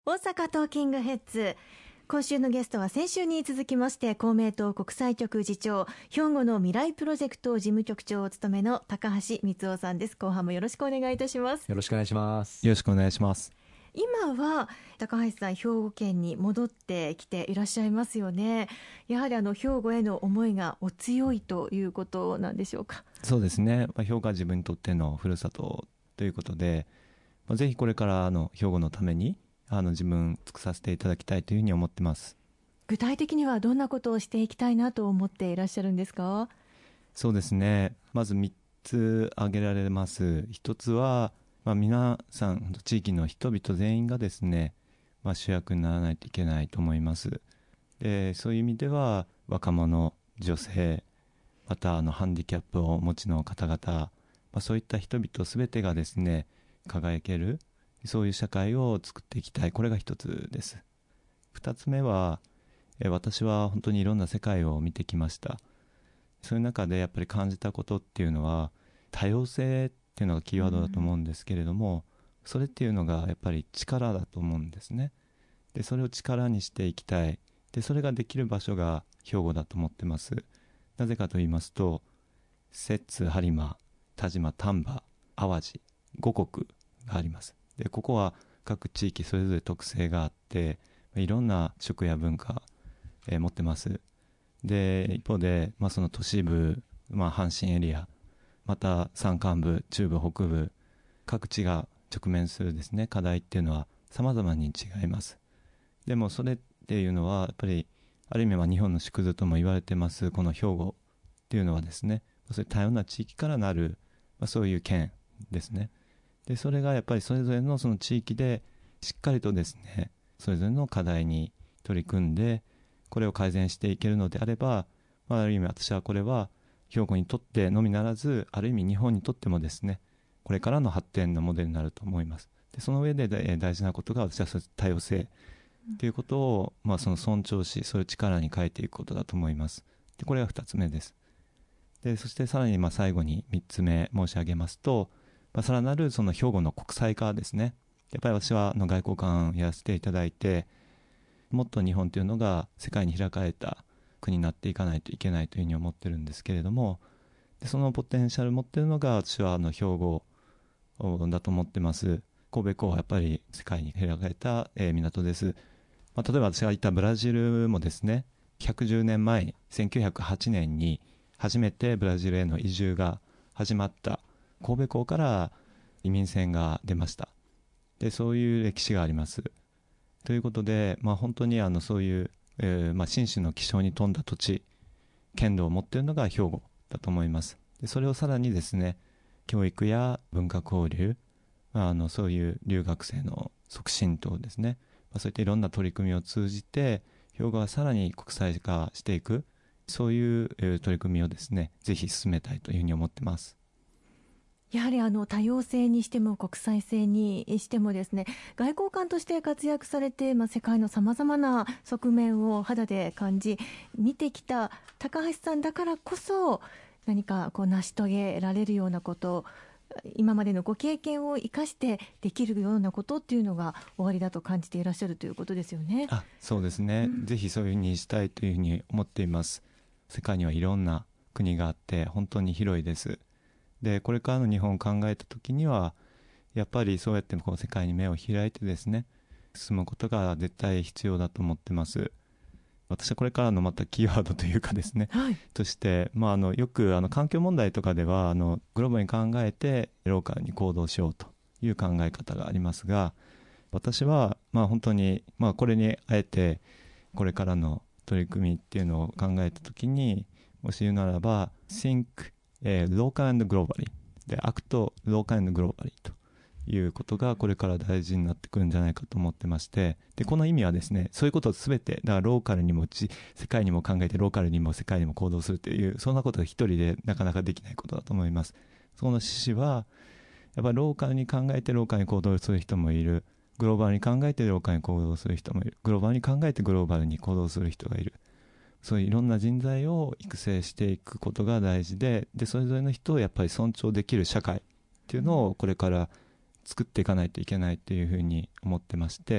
大阪トーキングヘッズ、今週のゲストは先週に続きまして公明党国際局次長、兵庫の未来プロジェクト事務局長をお務めの高橋光雄さんです。後半もよろしくお願いいたします。 よろしくお願いします。 よろしくお願いします。 今は高橋さん、兵庫県に戻ってきていらっしゃいますよね。やはり兵庫への思いがお強いということなんでしょうか。 そうですね、兵庫は自分にとってのふるさとということで、ぜひこれから兵庫のために自分尽くさせていただきたいというふうに思ってます。 具体的にはどんなことをしていきたいなと思っていらっしゃるんですか。 そうですね、まず3つ挙げられます。一つは、皆さん地域の人々全員がですね、主役にならないといけないと思います。でそういう意味では若者、女性、またハンディキャップをお持ちの方々、そういった人々全てがですね輝ける、そういう社会を作っていきたい。これが一つです。二つ目は、私は本当にいろんな世界を見てきました。そういう中でやっぱり感じたことっていうのは、多様性っていうのがキーワードだと思うんですけれども、それっていうのがやっぱり力だと思うんですね。でそれを力にしていきたい。でそれができる場所が兵庫だと思ってます。なぜかと言いますと、摂津、播磨、田島、丹波、淡路、五国があります。でここは各地域それぞれ特性があって、いろんな食や文化、持ってます。で一方で、その都市部、阪神エリア、また山間部、中部、北部、各地が直面するですね課題っていうのは様々に違います。でもそれっていうのはやっぱりある意味は日本の縮図とも言われてますこの兵庫っていうのはですね、そういう多様な地域からなる、そういう県ですね。でそれがやっぱりそれぞれのその地域でしっかりとですねそれぞれの課題に取り組んでこれを改善していけるのであれば、ある意味私はこれは兵庫にとってのみならず、ある意味日本にとってもですねこれからの発展のモデルになると思います。でその上で大事なことが、私は多様性ということを、その尊重し、それを力に変えていくことだと思います。でこれが2つ目です。でそしてさらに最後に3つ目申し上げますと、さらなるその兵庫の国際化ですね。やっぱり私は外交官やらせていただいて、もっと日本というのが世界に開かれた国になっていかないといけないというふうに思ってるんですけれども、でそのポテンシャルを持っているのが私は兵庫だと思ってます。神戸港はやっぱり世界に開かれた、港です。例えば私がいたブラジルもですね、110年前1908年に初めてブラジルへの移住が始まった神戸港から移民船が出ました。でそういう歴史があります。ということで、本当にそういう、信州の気象に富んだ土地、県土を持っているのが兵庫だと思います。でそれをさらにですね、教育や文化交流、そういう留学生の促進等ですね、そういったいろんな取り組みを通じて兵庫はさらに国際化していく、そういう取り組みをですねぜひ進めたいというふうに思ってます。 やはり多様性にしても国際性にしてもですね、外交官として活躍されて、世界のさまざまな側面を肌で感じ見てきた高橋さんだからこそ、何か成し遂げられるようなこと、今までのご経験を生かしてできるようなことっていうのが終わりだと感じていらっしゃるということですよね。 そうですね、ぜひそういうふうにしたいというふうに思っています。世界にはいろんな国があって本当に広いです。でこれからの日本を考えた時にはやっぱりそうやって世界に目を開いてですね進むことが絶対必要だと思ってます。私はこれからのまたキーワードというかですね、として、よく環境問題とかではグローバルに考えてローカルに行動しようという考え方がありますが、私は本当にこれにあえてこれからの取り組みっていうのを考えた時に、もし言うならば Think Local and Globally で Act Local and Globally ということがこれから大事になってくるんじゃないかと思ってまして、でこの意味はですね、そういうことを全てだからローカルにも世界にも考えてローカルにも世界にも行動するという、そんなことが一人でなかなかできないことだと思います。その趣旨はやっぱりローカルに考えてローカルに行動する人もいる、グローバルに考えてローカルに行動する人もいる、グローバルに考えてグローバルに行動する人がいる。そういういろんな人材を育成していくことが大事で、それぞれの人をやっぱり尊重できる社会っていうのをこれから作っていかないといけないというふうに思ってまして、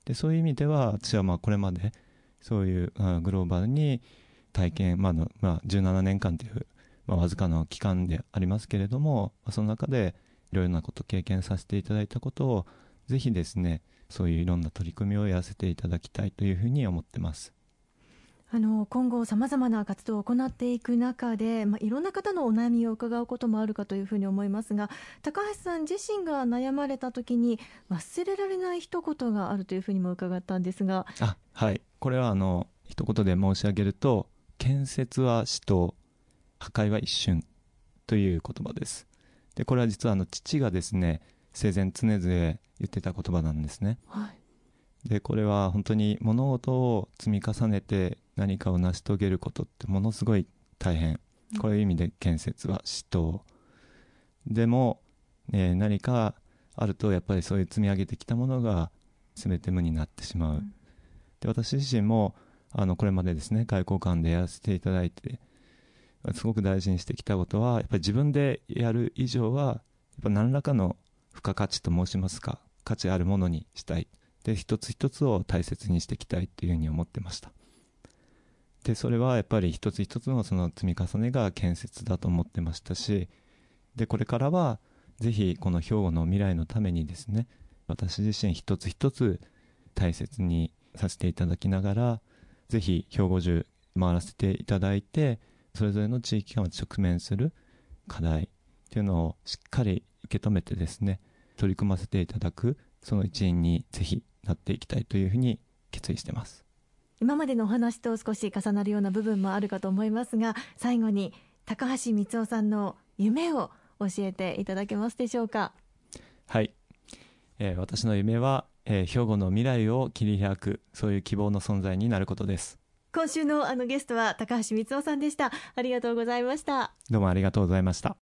でそういう意味では私はこれまでそういうグローバルに体験、17年間という、わずかな期間でありますけれども、その中でいろいろなことを経験させていただいたことをぜひですね、そういういろんな取り組みをやらせていただきたいというふうに思ってます。 今後さまざまな活動を行っていく中で、いろんな方のお悩みを伺うこともあるかというふうに思いますが、高橋さん自身が悩まれた時に忘れられない一言があるというふうにも伺ったんですが。 はい、これは一言で申し上げると、建設は死闘、破壊は一瞬という言葉です。でこれは実は父がですね、生前常々言ってた言葉なんですね。でこれは本当に物事を積み重ねて何かを成し遂げることってものすごい大変、こういう意味で建設は死闘でも、何かあるとやっぱりそういう積み上げてきたものが全て無になってしまう。で私自身もこれまでですね、外交官でやらせていただいてすごく大事にしてきたことは、やっぱり自分でやる以上はやっぱ何らかの付加価値と申しますか、価値あるものにしたい。で一つ一つを大切にしていきたいというふうに思ってました。でそれはやっぱり一つ一つのその積み重ねが建設だと思ってましたし、でこれからはぜひこの兵庫の未来のためにですね、私自身一つ一つ大切にさせていただきながら、ぜひ兵庫中回らせていただいて、それぞれの地域が直面する課題っていうのをしっかり受け止めてですね、取り組ませていただく、その一員にぜひなっていきたいというふうに決意してます。 今までのお話と少し重なるような部分もあるかと思いますが、最後に高橋光雄さんの夢を教えていただけますでしょうか。 はい、私の夢は、兵庫の未来を切り開く、そういう希望の存在になることです。 今週のゲストは高橋光雄さんでした。ありがとうございました。 どうもありがとうございました。